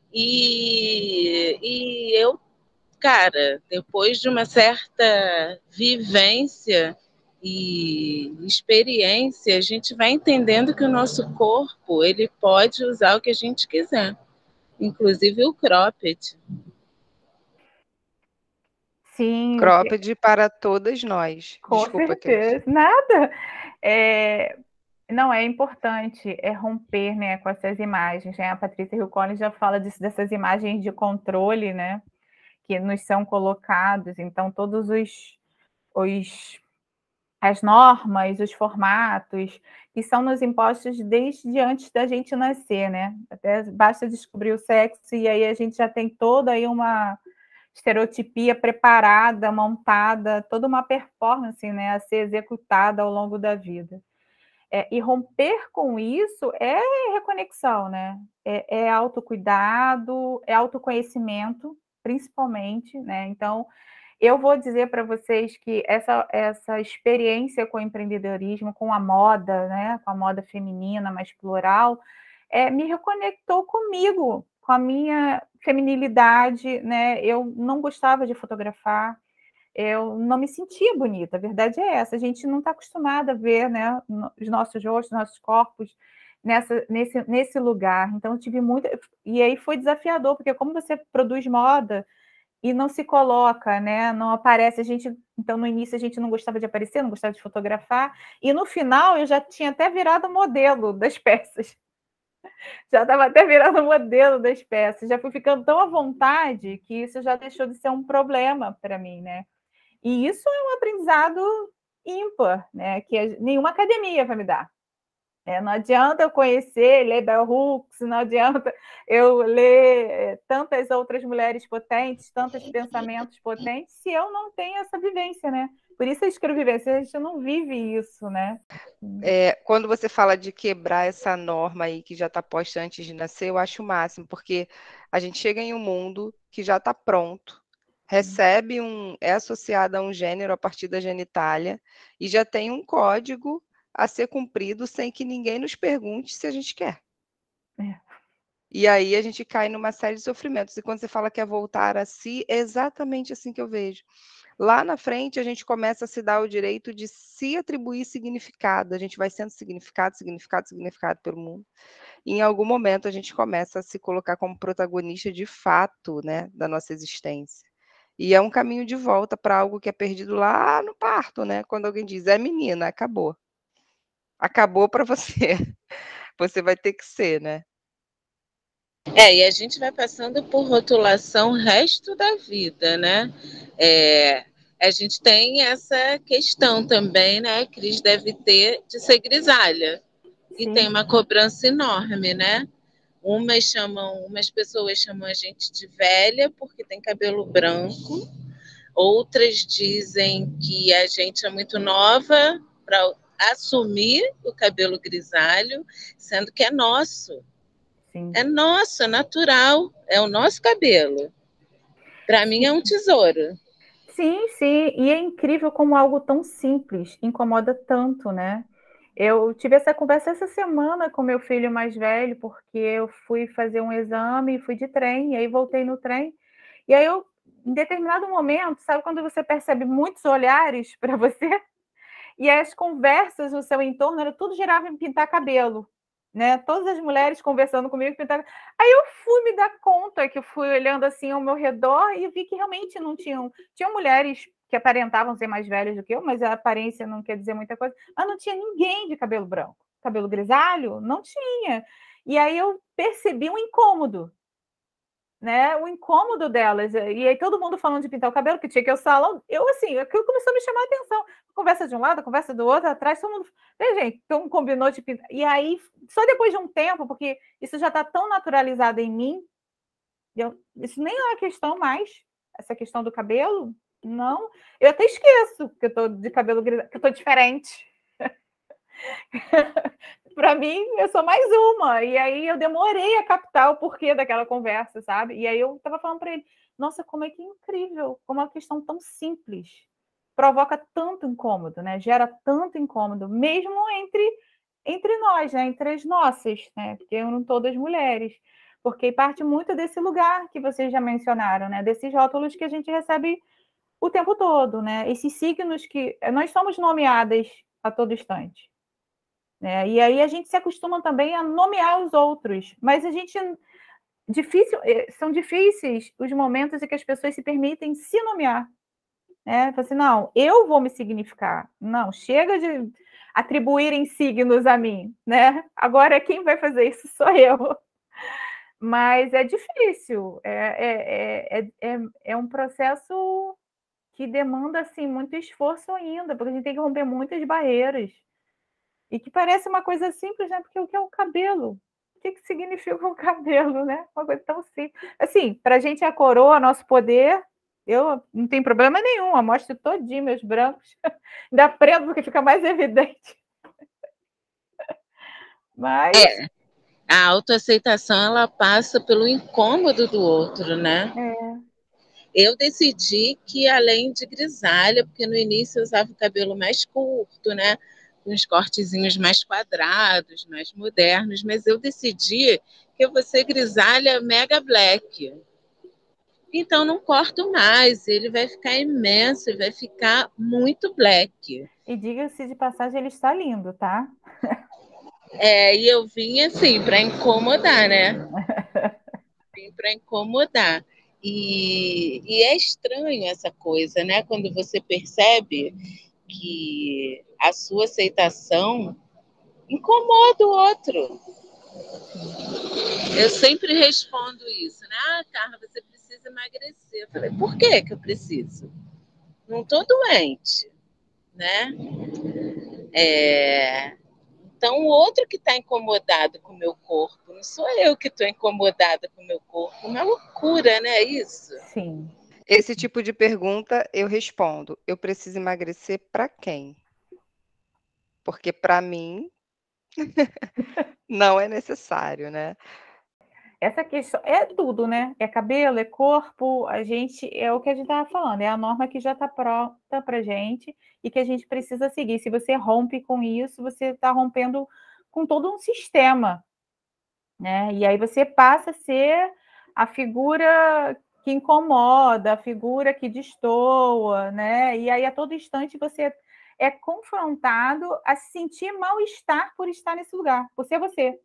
S1: e, e eu, cara, depois de uma certa vivência e experiência, a gente vai entendendo que o nosso corpo, ele pode usar o que a gente quiser, inclusive o cropped.
S3: Sim,
S2: Cropped para todas nós.
S3: com
S2: Desculpa, Cris.
S3: certeza. Nada. É, não, é importante é romper, né, com essas imagens, né? A Patrícia Hill Collins já fala disso, dessas imagens de controle, né? que nos são colocados, então todos os, os as normas, os formatos que são nos impostos desde antes da gente nascer, né? Até basta descobrir o sexo e aí a gente já tem toda aí uma estereotipia preparada, montada, toda uma performance, né, a ser executada ao longo da vida. É, e romper com isso é reconexão, né? É, é autocuidado, é autoconhecimento, principalmente, né? Então, eu vou dizer para vocês que essa, essa experiência com o empreendedorismo, com a moda, né? Com a moda feminina mais plural, é, me reconectou comigo, com a minha feminilidade, né? Eu não gostava de fotografar, eu não me sentia bonita, a verdade é essa. A gente não está acostumada a ver, né, os nossos rostos, nossos corpos nessa, nesse, nesse lugar. Então, eu tive muita. E aí foi desafiador, porque como você produz moda e não se coloca, né, não aparece, a gente. Então, no início, a gente não gostava de aparecer, não gostava de fotografar, e no final eu já tinha até virado modelo das peças. Já estava até virando modelo das peças, já fui ficando tão à vontade que isso já deixou de ser um problema para mim, né? E isso é um aprendizado ímpar, né? Que nenhuma academia vai me dar. É, não adianta eu conhecer, ler Bell Hooks, não adianta eu ler tantas outras mulheres potentes, tantos pensamentos potentes, se eu não tenho essa vivência, né? Por isso eu escrevo vivência, a gente não vive isso, né?
S2: É, quando você fala de quebrar essa norma aí que já está posta antes de nascer, eu acho o máximo, porque a gente chega em um mundo que já está pronto, recebe um, é associado a um gênero a partir da genitália e já tem um código a ser cumprido sem que ninguém nos pergunte se a gente quer.
S3: É.
S2: E aí a gente cai numa série de sofrimentos. E quando você fala que é voltar a si, é exatamente assim que eu vejo. Lá na frente, a gente começa a se dar o direito de se atribuir significado. A gente vai sendo significado, significado, significado pelo mundo. E em algum momento, a gente começa a se colocar como protagonista de fato, né, da nossa existência. E é um caminho de volta para algo que é perdido lá no parto, né? Quando alguém diz, é menina, acabou. Acabou para você. Você vai ter que ser, né?
S1: É, e a gente vai passando por rotulação o resto da vida, né? É, a gente tem essa questão também, né? Cris deve ter de ser grisalha. E
S3: Sim.
S1: tem uma cobrança enorme, né? Umas chamam, umas pessoas chamam a gente de velha porque tem cabelo branco, outras dizem que a gente é muito nova para assumir o cabelo grisalho, sendo que é nosso.
S3: Sim.
S1: É nosso, é natural, é o nosso cabelo. Para mim é um tesouro.
S3: Sim, sim, e é incrível como algo tão simples incomoda tanto, né? Eu tive essa conversa essa semana com meu filho mais velho, porque eu fui fazer um exame, fui de trem, e aí voltei no trem, e aí eu, em determinado momento, sabe quando você percebe muitos olhares para você? E as conversas no seu entorno, era tudo girava em pintar cabelo, né? Todas as mulheres conversando comigo, pintar. Aí eu fui me dar conta que eu fui olhando assim ao meu redor e vi que realmente não tinham. Tinham mulheres que aparentavam ser mais velhas do que eu, mas a aparência não quer dizer muita coisa. Mas não tinha ninguém de cabelo branco. Cabelo grisalho? Não tinha. E aí eu percebi um incômodo, né, o incômodo delas, e aí todo mundo falando de pintar o cabelo, que tinha que ir ao salão, eu assim, aquilo começou a me chamar a atenção, conversa de um lado, conversa do outro, atrás, todo mundo, né, gente, então combinou de pintar, e aí, só depois de um tempo, porque isso já está tão naturalizado em mim, eu, isso nem é uma questão mais, essa questão do cabelo, não, eu até esqueço que eu tô de cabelo grisalho, que eu tô diferente. Para mim, eu sou mais uma. E aí eu demorei a captar o porquê daquela conversa, sabe? E aí eu estava falando para ele, nossa, como é que é incrível, como uma questão tão simples provoca tanto incômodo, né? Gera tanto incômodo, mesmo entre, entre nós, né? Entre as nossas, né? Porque eu não todas mulheres. Porque parte muito desse lugar que vocês já mencionaram, né? Desses rótulos que a gente recebe o tempo todo, né? Esses signos que nós somos nomeadas a todo instante. É, e aí a gente se acostuma também a nomear os outros, mas a gente difícil, são difíceis os momentos em que as pessoas se permitem se nomear, né? Assim, não, eu vou me significar, não, chega de atribuírem signos a mim, né? Agora quem vai fazer isso sou eu. Mas é difícil, é é é é é um processo que demanda, assim, muito esforço ainda, porque a gente tem que romper muitas barreiras. E que parece uma coisa simples, né, porque o que é o cabelo? O que que significa o cabelo, né? Uma coisa tão simples. Assim, pra gente a coroa, nosso poder, eu não tenho problema nenhum, eu mostro todinho meus brancos, ainda prendo porque fica mais evidente. Mas
S1: É, a autoaceitação ela passa pelo incômodo do outro, né?
S3: É.
S1: Eu decidi que além de grisalha, porque no início eu usava o cabelo mais curto, né? Com os cortezinhos mais quadrados, mais modernos, mas eu decidi que eu vou ser grisalha mega black. Então não corto mais, ele vai ficar imenso, vai ficar muito black.
S3: E diga-se de passagem, ele está lindo, tá?
S1: É, e eu vim assim para incomodar, né? Vim para incomodar. E, e é estranho essa coisa, né? Quando você percebe que a sua aceitação incomoda o outro.
S3: Sim.
S1: Eu sempre respondo isso, né? Ah, Carla, você precisa emagrecer. Eu falei, por que que eu preciso? Não estou doente, né? É... Então, o outro que está incomodado com o meu corpo, não sou eu que estou incomodada com o meu corpo. Uma loucura, né? Isso.
S3: Sim.
S2: Esse tipo de pergunta eu respondo: eu preciso emagrecer para quem? Porque para mim não é necessário, né?
S3: Essa questão é tudo, né? É cabelo, é corpo, a gente é o que a gente estava falando, é a norma que já está pronta pra gente e que a gente precisa seguir. Se você rompe com isso, você está rompendo com todo um sistema, né? E aí você passa a ser a figura que incomoda, a figura que destoa, né? E aí a todo instante você é confrontado a se sentir mal-estar por estar nesse lugar, por ser você.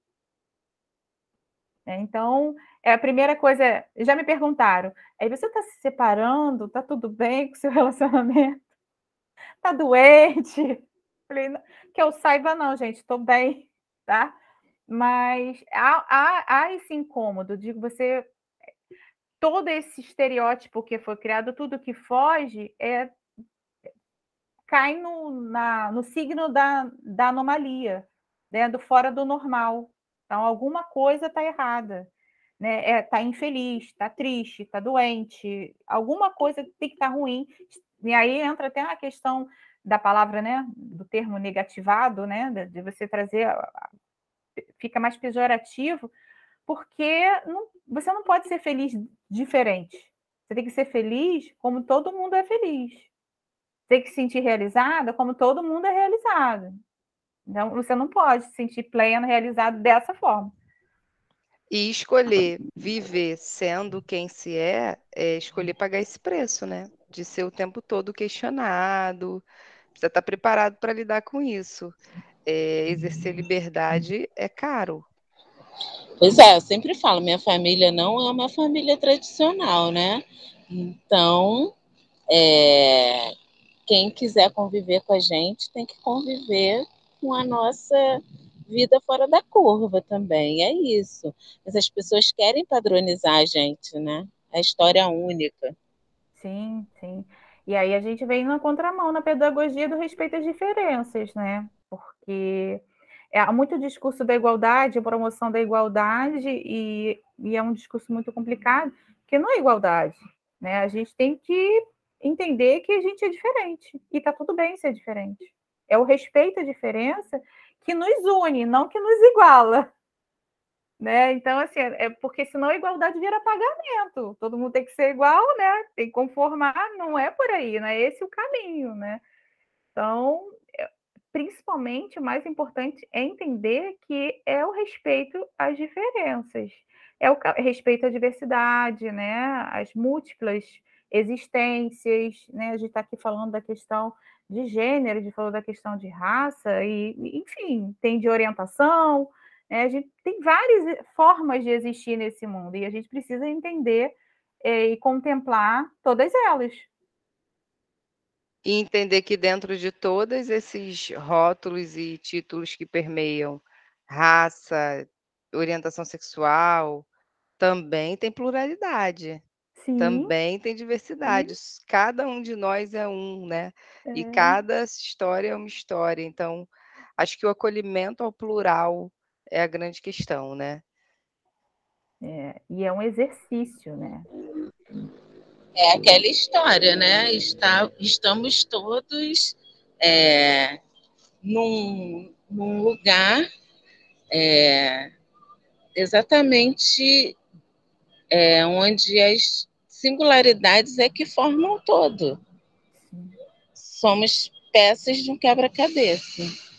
S3: Então, é a primeira coisa, já me perguntaram: "Aí você está se separando? Tá tudo bem com o seu relacionamento? Tá doente?" Falei: "Não, que eu saiba não, gente, estou bem, tá?" Mas há há há esse incômodo de você todo esse estereótipo que foi criado, tudo que foge, é cai no na no signo da da anomalia, né, do fora do normal. Então alguma coisa está errada, né, é, tá infeliz, tá triste, tá doente, alguma coisa tem que estar ruim. E aí entra até a questão da palavra, né, do termo negativado, né, de de você trazer a a fica mais pejorativo, porque não você não pode ser feliz diferente. Você tem que ser feliz como todo mundo é feliz. Tem que se sentir realizada como todo mundo é realizado. Então, você não pode se sentir pleno, realizado dessa forma.
S2: E escolher viver sendo quem se é, é escolher pagar esse preço, né? De ser o tempo todo questionado. Precisa estar preparado para lidar com isso. É, exercer liberdade é caro.
S1: Pois é, eu sempre falo, minha família não é uma família tradicional, né? Então, é, quem quiser conviver com a gente tem que conviver com a nossa vida fora da curva também, é isso. Mas as pessoas querem padronizar a gente, né? A história é única.
S3: Sim, sim. E aí a gente vem na contramão na pedagogia do respeito às diferenças, né? Porque é, há muito discurso da igualdade, a promoção da igualdade, e, e é um discurso muito complicado, porque não é igualdade, né? A gente tem que entender que a gente é diferente, e tá tudo bem ser diferente. É o respeito à diferença que nos une, não que nos iguala. Né? Então, assim, é porque senão a igualdade vira pagamento. Todo mundo tem que ser igual, né? Tem que conformar, não é por aí, não é esse o caminho, né? Então, é, principalmente, o mais importante é entender que é o respeito às diferenças, é o respeito à diversidade, né? As múltiplas existências, né? A gente está aqui falando da questão de gênero, a gente falou da questão de raça, e, enfim, tem de orientação, né? A gente tem várias formas de existir nesse mundo, e a gente precisa entender é, e contemplar todas elas.
S2: E entender que dentro de todos esses rótulos e títulos que permeiam raça, orientação sexual, Também tem pluralidade.
S3: Sim.
S2: Também tem diversidade.
S3: Sim.
S2: Cada um de nós é um, né?
S3: É.
S2: E cada história é uma história. Então, acho que o acolhimento ao plural é a grande questão, né?
S3: É, e é um exercício, né?
S1: É aquela história, né? Está, estamos todos é, num, num lugar é, exatamente é, onde as singularidades é que formam o todo.
S3: Sim.
S1: Somos peças de um quebra-cabeça.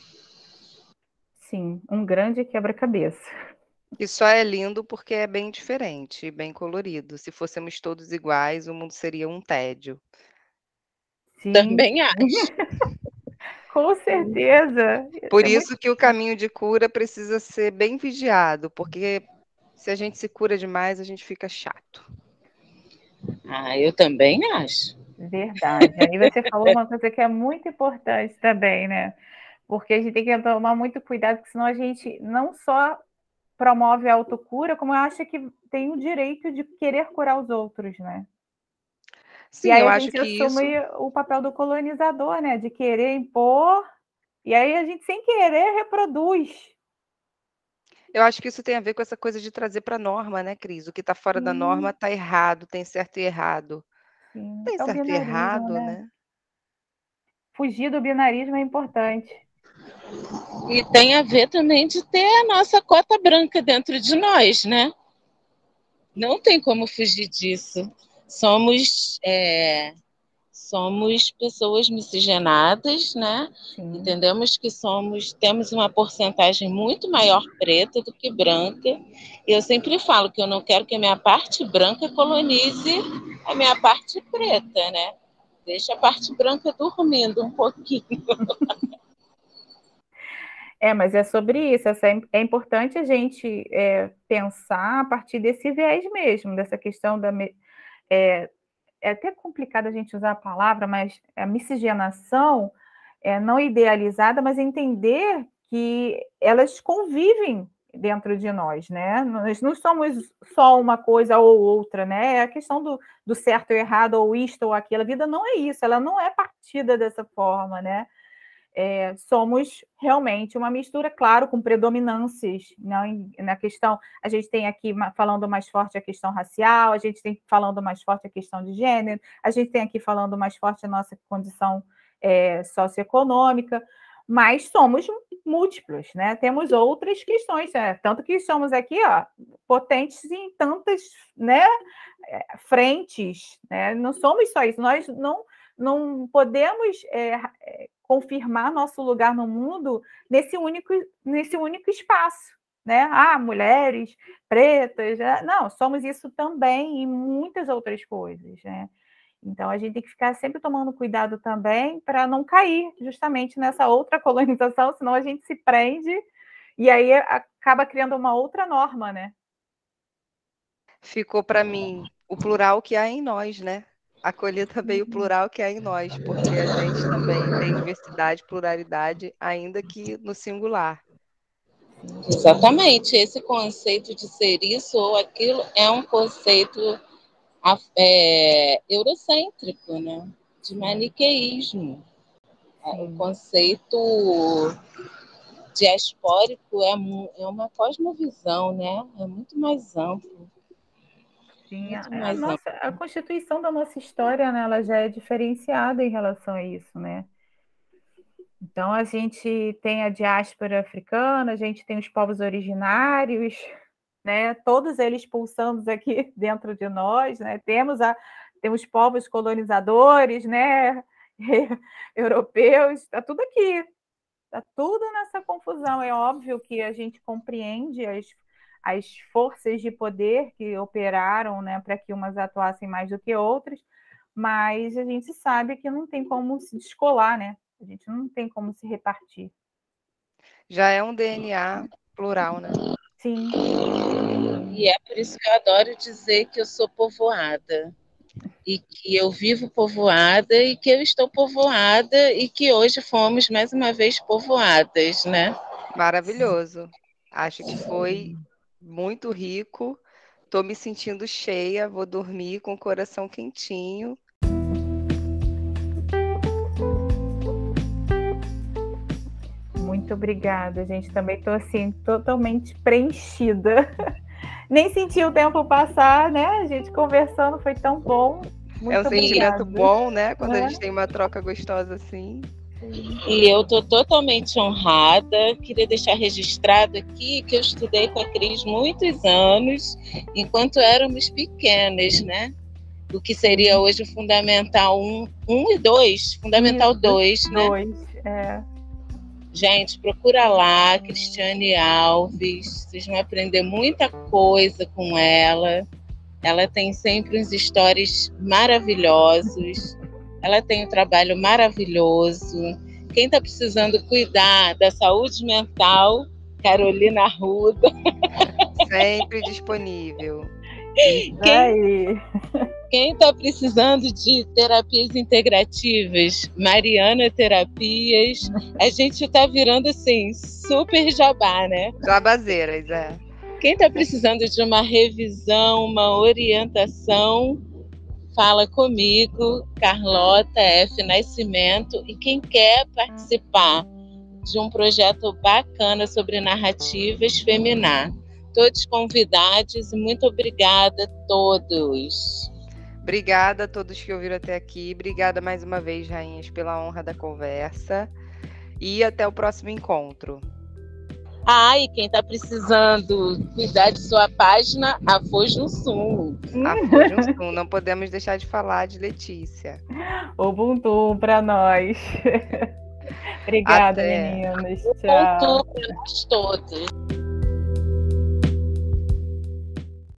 S3: Sim, um grande quebra-cabeça.
S2: E só é lindo porque é bem diferente, bem colorido. Se fôssemos todos iguais, o mundo seria um tédio.
S3: Sim.
S1: Também acho.
S3: Com certeza.
S2: Por
S3: é
S2: isso
S3: muito...
S2: que o caminho de cura precisa ser bem vigiado, porque se a gente se cura demais, a gente fica chato.
S1: Ah, eu também acho.
S3: Verdade. Aí você falou uma coisa que é muito importante também, né? Porque a gente tem que tomar muito cuidado, porque senão a gente não só promove a autocura, como acha que tem o direito de querer curar os outros, né? E
S2: Sim,
S3: aí
S2: eu
S3: a
S2: acho
S3: gente
S2: que isso.
S3: assume o papel do colonizador, né? De querer impor, e aí a gente, sem querer, reproduz.
S2: Eu acho que isso tem a ver com essa coisa de trazer para a norma, né, Cris? O que está fora da norma
S3: Sim,
S2: está errado, tem certo e errado.
S3: sim.
S2: Tem
S3: É o
S2: certo e
S3: binarismo,
S2: errado,
S3: né?
S2: né?
S3: Fugir do binarismo é importante.
S1: E tem a ver também de ter a nossa cota branca dentro de nós, né? Não tem como fugir disso. Somos, é, somos pessoas miscigenadas, né?
S3: Sim.
S1: Entendemos que somos, temos uma porcentagem muito maior preta do que branca. E eu sempre falo que eu não quero que a minha parte branca colonize a minha parte preta, né? Deixa a parte branca dormindo um pouquinho.
S3: É, mas é sobre isso. Essa, é importante a gente é, pensar a partir desse viés mesmo, dessa questão da. É, é até complicado a gente usar a palavra, mas a miscigenação é não idealizada, mas entender que elas convivem dentro de nós, né? Nós não somos só uma coisa ou outra, né? É a questão do, do certo ou errado, ou isto ou aquilo. A vida não é isso, ela não é partida dessa forma, né? É, somos realmente uma mistura, claro, com predominâncias, né? Na questão, a gente tem aqui falando mais forte a questão racial, a gente tem falando mais forte a questão de gênero, a gente tem aqui falando mais forte a nossa condição é, socioeconômica, mas somos múltiplos, né? Temos outras questões, né? Tanto que somos aqui, ó, potentes em tantas, né, frentes, né? Não somos só isso, nós não não podemos é, confirmar nosso lugar no mundo nesse único, nesse único espaço, né? Ah, mulheres, pretas, não, somos isso também em muitas outras coisas, né? Então a gente tem que ficar sempre tomando cuidado também para não cair justamente nessa outra colonização, senão a gente se prende e aí acaba criando uma outra norma, né?
S2: Ficou para mim o plural que há em nós, né? Acolher também o plural que há em nós, porque a gente também tem diversidade, pluralidade, ainda que no singular.
S1: Exatamente. Esse conceito de ser isso ou aquilo é um conceito é, eurocêntrico, né? De maniqueísmo. Sim. O conceito diaspórico é, é uma cosmovisão, né? É muito mais amplo.
S3: Sim,
S1: muito
S3: a,
S1: mais
S3: a, nossa,
S1: amplo.
S3: a constituição da nossa história, né, ela já é diferenciada em relação a isso, né? Então, a gente tem a diáspora africana, a gente tem os povos originários, né? Todos eles pulsando aqui dentro de nós, né? Temos, a, temos povos colonizadores, né? Europeus, está tudo aqui, está tudo nessa confusão. É óbvio que a gente compreende as, as forças de poder que operaram, né, para que umas atuassem mais do que outras, mas a gente sabe que não tem como se descolar, né? A gente não tem como se repartir.
S2: Já é um D N A plural, né?
S3: Sim.
S1: E é por isso que eu adoro dizer que eu sou povoada. E que eu vivo povoada e que eu estou povoada e que hoje fomos mais uma vez povoadas, né?
S2: Maravilhoso. Acho que foi muito rico tô me sentindo cheia, vou dormir com o coração quentinho.
S3: Muito obrigada, gente. Também estou assim, totalmente preenchida. Nem senti o tempo passar, né? A gente conversando, foi tão bom. Muito
S2: é um
S3: obrigada.
S2: sentimento bom, né? Quando
S3: É.
S2: a gente tem uma troca gostosa assim.
S1: E eu estou totalmente honrada. Queria deixar registrado aqui que eu estudei com a Cris muitos anos, enquanto éramos pequenas, né? O que seria hoje o Fundamental um, um e dois, Fundamental dois, né?
S3: Dois, é.
S1: Gente, procura lá, Cristiane Alves. Vocês vão aprender muita coisa com ela. Ela tem sempre uns stories maravilhosos. Ela tem um trabalho maravilhoso. Quem está precisando cuidar da saúde mental, Carolina Arruda.
S2: Sempre disponível.
S1: Quem quem está precisando de terapias integrativas, Mariana Terapias. A gente está virando assim, super jabá, né?
S2: Jabazeiras, é.
S1: Quem está precisando de uma revisão, uma orientação, fala comigo, Carlota F. Nascimento. E quem quer participar de um projeto bacana sobre narrativas feminá, todos convidados e muito obrigada a todos.
S2: Obrigada a todos que ouviram até aqui. Obrigada mais uma vez, rainhas, pela honra da conversa. E até o próximo encontro.
S1: Ah, e quem está precisando cuidar de sua página, a Fojunsum.
S2: A Fojunsum, não podemos deixar de falar de Letícia.
S3: Ubuntu para nós. Obrigada,
S2: Até.
S3: meninas. Tchau.
S1: Ubuntu para nós todos.